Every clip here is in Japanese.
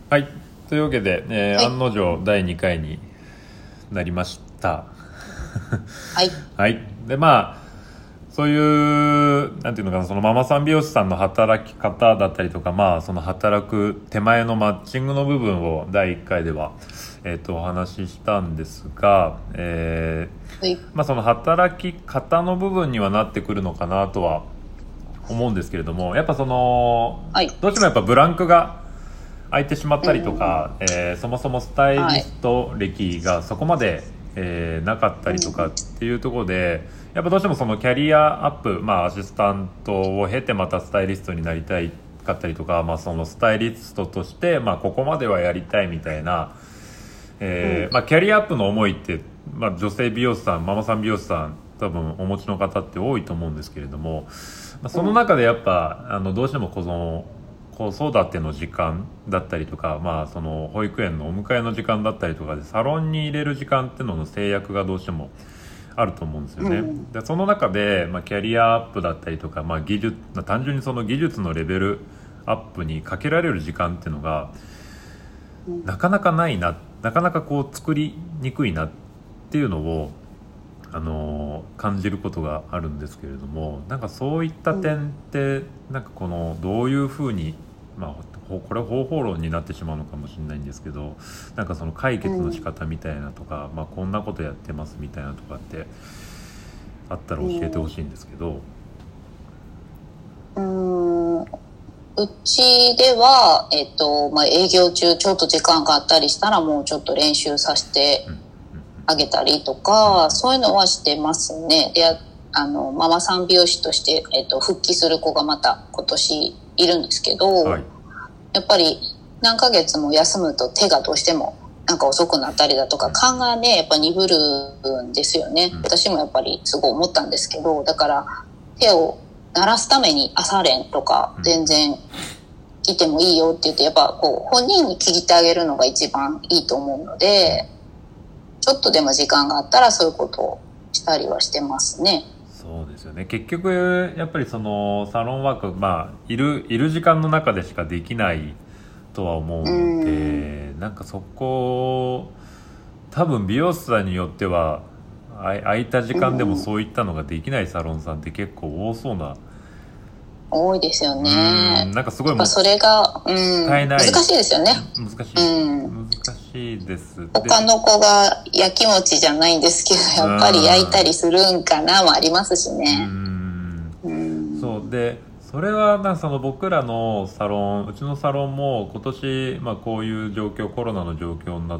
はい、というわけで、 はい。 案の定第2回になりました。 はい。 はい。で、まあそういうなんていうのかな、そのママさん美容師さんの働き方だったりとか、まあその働く手前のマッチングの部分を第1回ではお話ししたんですが、 はい。 まあその働き方の部分にはなってくるのかなとは思うんですけれども、やっぱそのはい。 どうしてもやっぱブランクが空いてしまっうんたりとうんうん。 か、そもそもスタイリはい。 スト歴がそこまで、なかったりとかっうんうん。 ていうところで、やっぱどうしてもそのキャリアアップ、まあ、アシスタントを経てまたスタイリストになりたいかったりとか、まあ、そのスタイリストとして、まあ、ここまではやりたいみたいな、 うん。 まあ、キャリアアップの思いって、まあ、女性美容師さん、ママさん美容師さん多分お持ちの方って多いと思うんですけれども、まあ、そのうん。 中でやっぱどうしても子育ての時間だったりとか、まあ、その保育園のお迎えの時間だったりとかでサロンに入れる時間っていうのの制約がどうしてもあると思うんですよね。 うん。 でその中で、まあ、キャリアアップだったりとか、まあ、単純にその技術のレベルアップにかけられる時間っていうのがうん。 なかなかないな、なかなかこう作りにくいなっていうのを感じることがあるんですけれども、なんかそういったうん。 点ってなんかどういうふうに、まあ、これ方法論になってしまうのかもしれないんですけど、なんかその解決の仕方みたいなとか、まあ、こんなことやってますみたいなとかってあったら教えてほしいんですけど。 うん。うちでは、まあ、営業中ちょっと時間があったりしたらもうちょっと練習させてうんうんあげたりとうんうんか、そういうのはしてますね。で、ママさん美容師として、復帰する子がまた今年いるんですけど、 はいやっぱり何ヶ月も休むと手がどうしてもなんか遅くなったりだとか、 うん勘がねやっぱ鈍るんですよね。 うん私もやっぱりすごい思ったんですけど、だから手を鳴らすために朝練とかうん全然来てもいいよって言って、やっぱこう本人に聞いてあげるのが一番いいと思うのうんで、ちょっとでも時間があったらそういうことをしたりはしてますね。 そうですよね。結局やっぱりそのサロンワーク、まあいる時間の中でしかできないとは思ううのん。 で、なんかそこ多分美容師さんによっては空いた時う間でもん。 そういったのができないサロンさんって結構多そうな。 多いですよね。 なんかすごいやっぱもそれが、 ったいない。 難しいですよね。 難しいうん。 難しいですで。 他の子がやきもちじゃないんですけうど、やっぱり焼いたんりするんかなもありますしうーね。 んうん。 そうで、それはなんかその僕らのサロン、うちのサロンも今年、まあ、こういう状況、コロナの状況になって、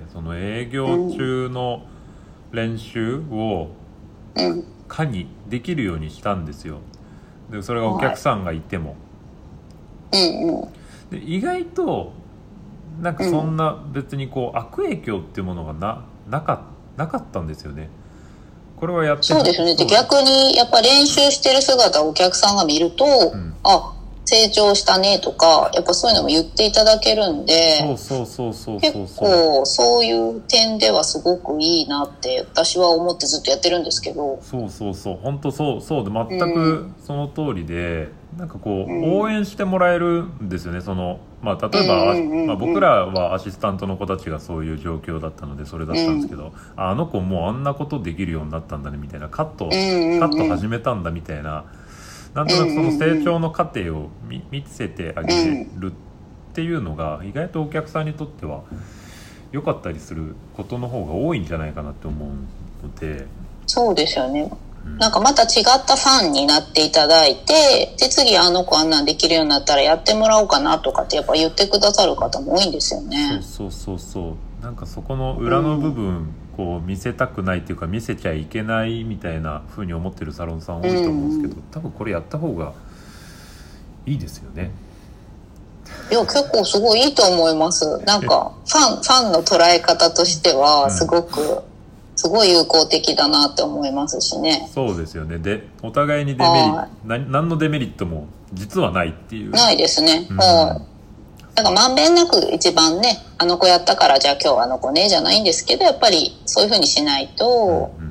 その営業うん。 中の練習をうん。 可にできるようにしたんですよ。でそれがおはい。 客さんがいても、 うんうん。 で意外となんかうん。 そんな別にこう悪影響っていうものがなかったんですよね。これはやってはそうですね。で、 そう。 逆にやっぱ練習してる姿をお客さんが見ると、 うんあ、成長したねとか、やっぱそういうのも言っていただけるんで、 そうそうそうそう結そうそう構そういう点ではすごくいいなって私は思ってずっとやってるんですけど。 そうそうそう、本当そうで、 う全くん。 その通りで、なんかこう応うん。 援してもらえるんですよね。まあ、 うん例えば、 うんまあ、 うん僕らはアシスタントの子たちがそういう状況だったのでそれだっうん。うん。 たんですけど、あの子もうあんなことできるようになったんだねみたいな、 うんうんうん。 始めたんだみたいな、なんうんとなくその成うん長の過程を見せてあうん。 げうん。 るっていうのが意外とお客さんにとっては良かったりすることの方が多いんじゃないかなって思うので。 そうですよね。 うんなんかまた違ったファンになっていただいて、で、次あの子あんなんできるようになったらやってもらおうかなとかってやっぱ言ってくださる方も多いんですよね。 なんかそこのう裏の部ん。 分こう見せたくないっていうか見せちゃいけないみたいな風に思ってるサロンさんう多いと思うんですけど、 ん。 多分これやった方がいいですよね。 いや、結構すごいいいと思います。なんえか、ファンの捉え方としては、 うんすごい有効的だなって思いますしね。 そうですよね。でお互いには何のデメリットも実はないっていい。 う。 ないですね。 うんはい。だからまんべんなく一番ね、あの子やったからじゃあ今日あの子ねじゃないんですけど、やっぱりそういう風にしないうんうんうんと、 うん。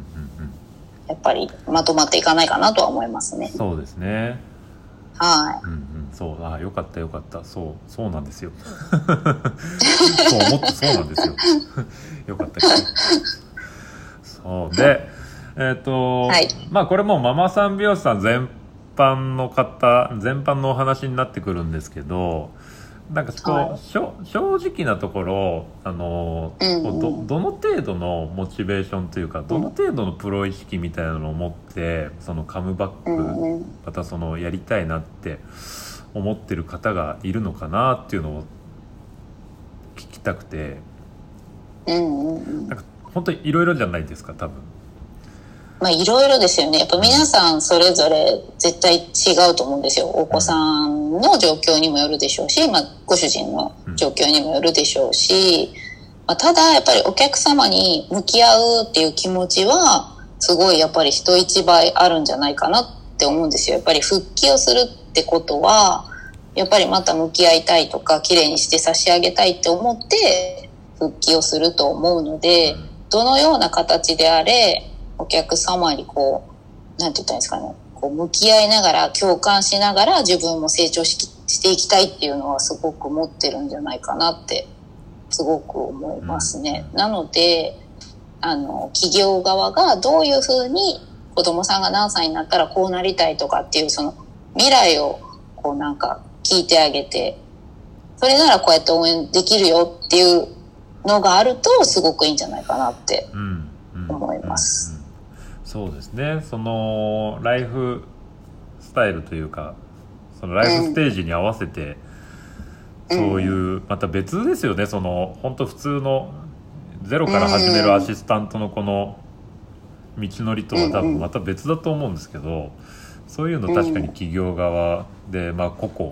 やっぱりまとまっていかないかなとは思いますね。 そうですね。 はうんうん、 そう、よかったよかった、そうなんですよそう思ってそうなんですよよかったそうではい。 まあこれもママさん美容師さん全般のお話になってくるんですけど、なんかこうは正直なところい。うこうんうん。 どの程度のモチベーションというか、どのうん程度のプロ意識みたいなのを持ってそのカムバッうク、 んうん。 またそのやりたいなって思ってる方がいるのかなっていうのを聞きたくて。 うんうんうん。 なんか本当にいろいろじゃないですか多分。 まあいろいろですよね。やっぱ皆うんさんそれぞれ絶対違うと思うんですよ。お子さうんんの状況にもよるでしょうし、まあご主人のうん状況にもよるでしょうし、まあ、ただやっぱりお客様に向き合うっていう気持ちはすごいやっぱり人一倍あるんじゃないかなって思うんですよ。やっぱり復帰をするってことは、やっぱりまた向き合いたいとか、綺麗にして差し上げたいって思って復帰をすると思うので、どのような形であれ、お客様にこう、なんて言ったらいいんですかね、こう向き合いながら、共感しながら自分も成長していきたいっていうのはすごく持ってるんじゃないかなってすごく思いますね。なので、企業側がどういうふうに子供さんが何歳になったらこうなりたいとかっていうその未来をこうなんか聞いてあげて、それならこうやって応援できるよっていうのがあるとすごくいいんじゃないかなってうんうん思いうんうん。 ます。 そうですね、そのライフスタイルというか、そのラうイフステん、 ージに合わせてそういうん、 うまた別ですよね。その本当普通のゼロうから始めるアん、 シスタントのこの道のりとうん、 は多うん、 分また別だと思うんですけど、そういうのう確かにん、 企業側で、まあ、個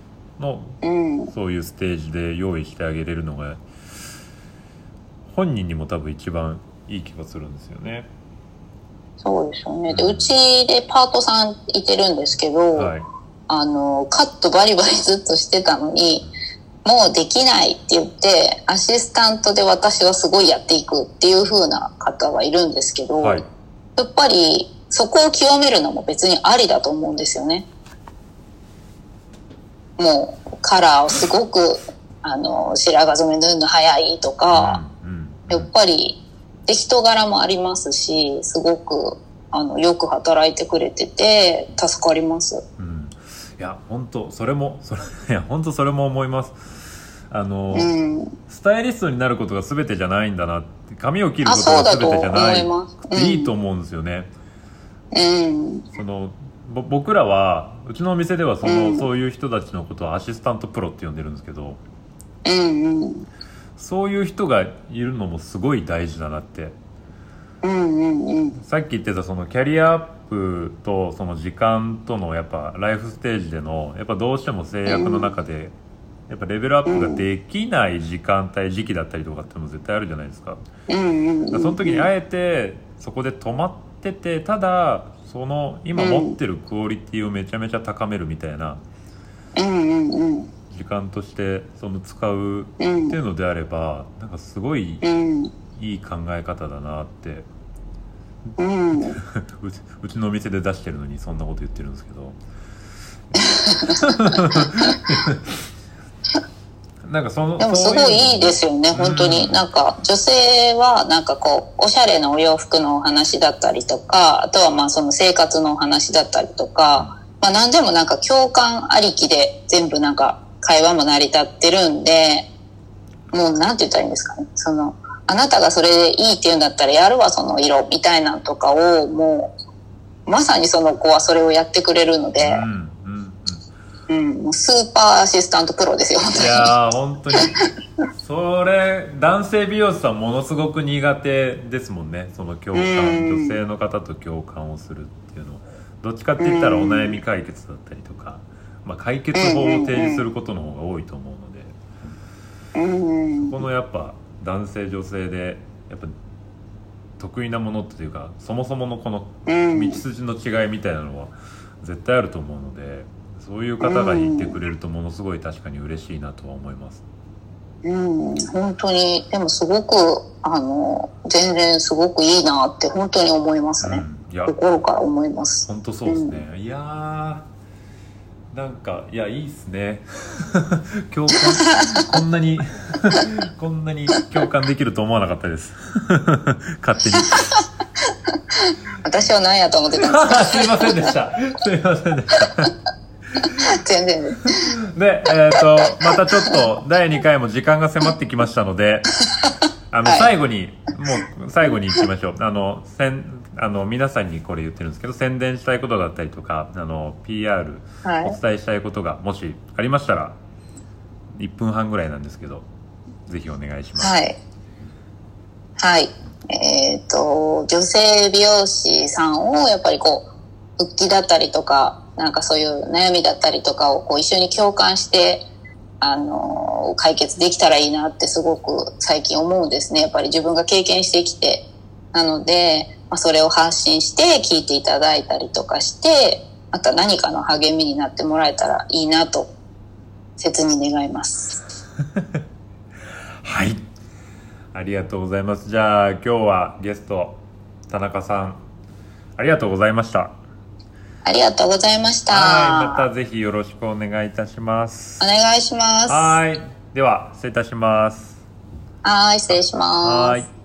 々のうん、 そういうステージで用意してあげれるのが本人にも多分一番いい気がするんですよね。 そうですよね。で、ううんちでパートさんいてるんですけど、 はいカットバリバリずっとしてたのに、もうできないって言って、アシスタントで私はすごいやっていくっていう風な方がいるんですけど、 はいやっぱりそこを極めるのも別にありだと思うんですよね。もうカラーをすごく、白髪染め塗るの早いとうんか、 うんやっぱり、で、人柄もありますし、すごく、よく働いてくれてて、助かります。 うん。いや本当それもいや本当それも思います。 うん。 スタイリストになることが全てじゃないんだなって、髪を切るあ、 ことそうだとが全てじゃな思いいます。 くていいと思うんですよね。 うん。 その僕らはうちのお店ではうん。 そういう人たちのことをアシスタントプロって呼んでるんですけど、 うん。うん。 そういう人がいるのもすごい大事だなって。 うん。うん。 さっき言ってたそのキャリアアップとその時間とのやっぱライフステージでのやっぱどうしても制約の中でやっぱレベルアップができない時間帯時期だったりとかっていうのも絶対あるじゃないですか。 うん。 だからその時にあえてそこで止まってて、ただその今持ってるクオリティをめちゃめちゃ高めるみたいなうん。うん。 時間としてその使うっうん。 ていうのであれば、なんかすごいうん。 いい考え方だなってうん。 うちのお店で出してるのにそんなこと言ってるんですけどなんかでもすそういうのごいいいでも、 すよね、 う本当に。 んなんか女性はなんかこう、おしゃれなお洋服のお話だったりとか、あとはまあその生活のお話だったりとか、まあ何でもなんか共感ありきで全部なんか会話も成り立ってるんで、もうなんて言ったらいいんですかね。あなたがそれでいいって言うんだったらやるわその色みたいなんとかをもう、まさにその子はそれをやってくれるのうんうで、 んうん。 うん、もうスーパーアシスタントプロですよ、本当いに。 やー本当にそれ男性美容師さんものすごく苦手ですもんね。その共う感、女ん、 性の方と共感をするっていうの、どっちかってう言ったらお悩みん、 解決だったりとか、まあ、解うん、 決法を提示すうん、 ることの方が多いと思うので、 うん、 このやっぱ男性女性でやっぱ得意なものっていうか、そもそものこのうん、 道筋の違いみたいなのは絶対あると思うので、そういう方がいてくれるとものすごい確かに嬉しいなとは思います。 うん、本当に、でもすごく、全然すごくいいなって本当に思いますね。 うん、いや心から思います。 本当そうですうん、 ね。いやーなんかいやいいっすね共感こんなにこんなに共感できると思わなかったです勝手に私は何やと思ってたんですかすいませんでしたすいませんでした全然で、またちょっと第2回も時間が迫ってきましたのではい、最後に行きましょう。皆さんにこれ言ってるんですけど、宣伝したいことだったりとか、PR お伝えしたいことがもしありましたら、1分半ぐらいなんですけど、ぜひお願いします。 はい。はい。女性美容師さんをやっぱりこう、復帰だったりとか、なんかそういう悩みだったりとかをこう一緒に共感して、解決できたらいいなってすごく最近思うんですね。やっぱり自分が経験してきて。なので、それを発信して聞いていただいたりとかして、また何かの励みになってもらえたらいいなと、切に願います。 はい。ありがとうございます。じゃあ今日はゲスト、田中さん、ありがとうございました。 ありがとうございました。 はい、またぜひよろしくお願いいたします。 お願いします。 はい、では失礼いたします。 はい、失礼します。 はい。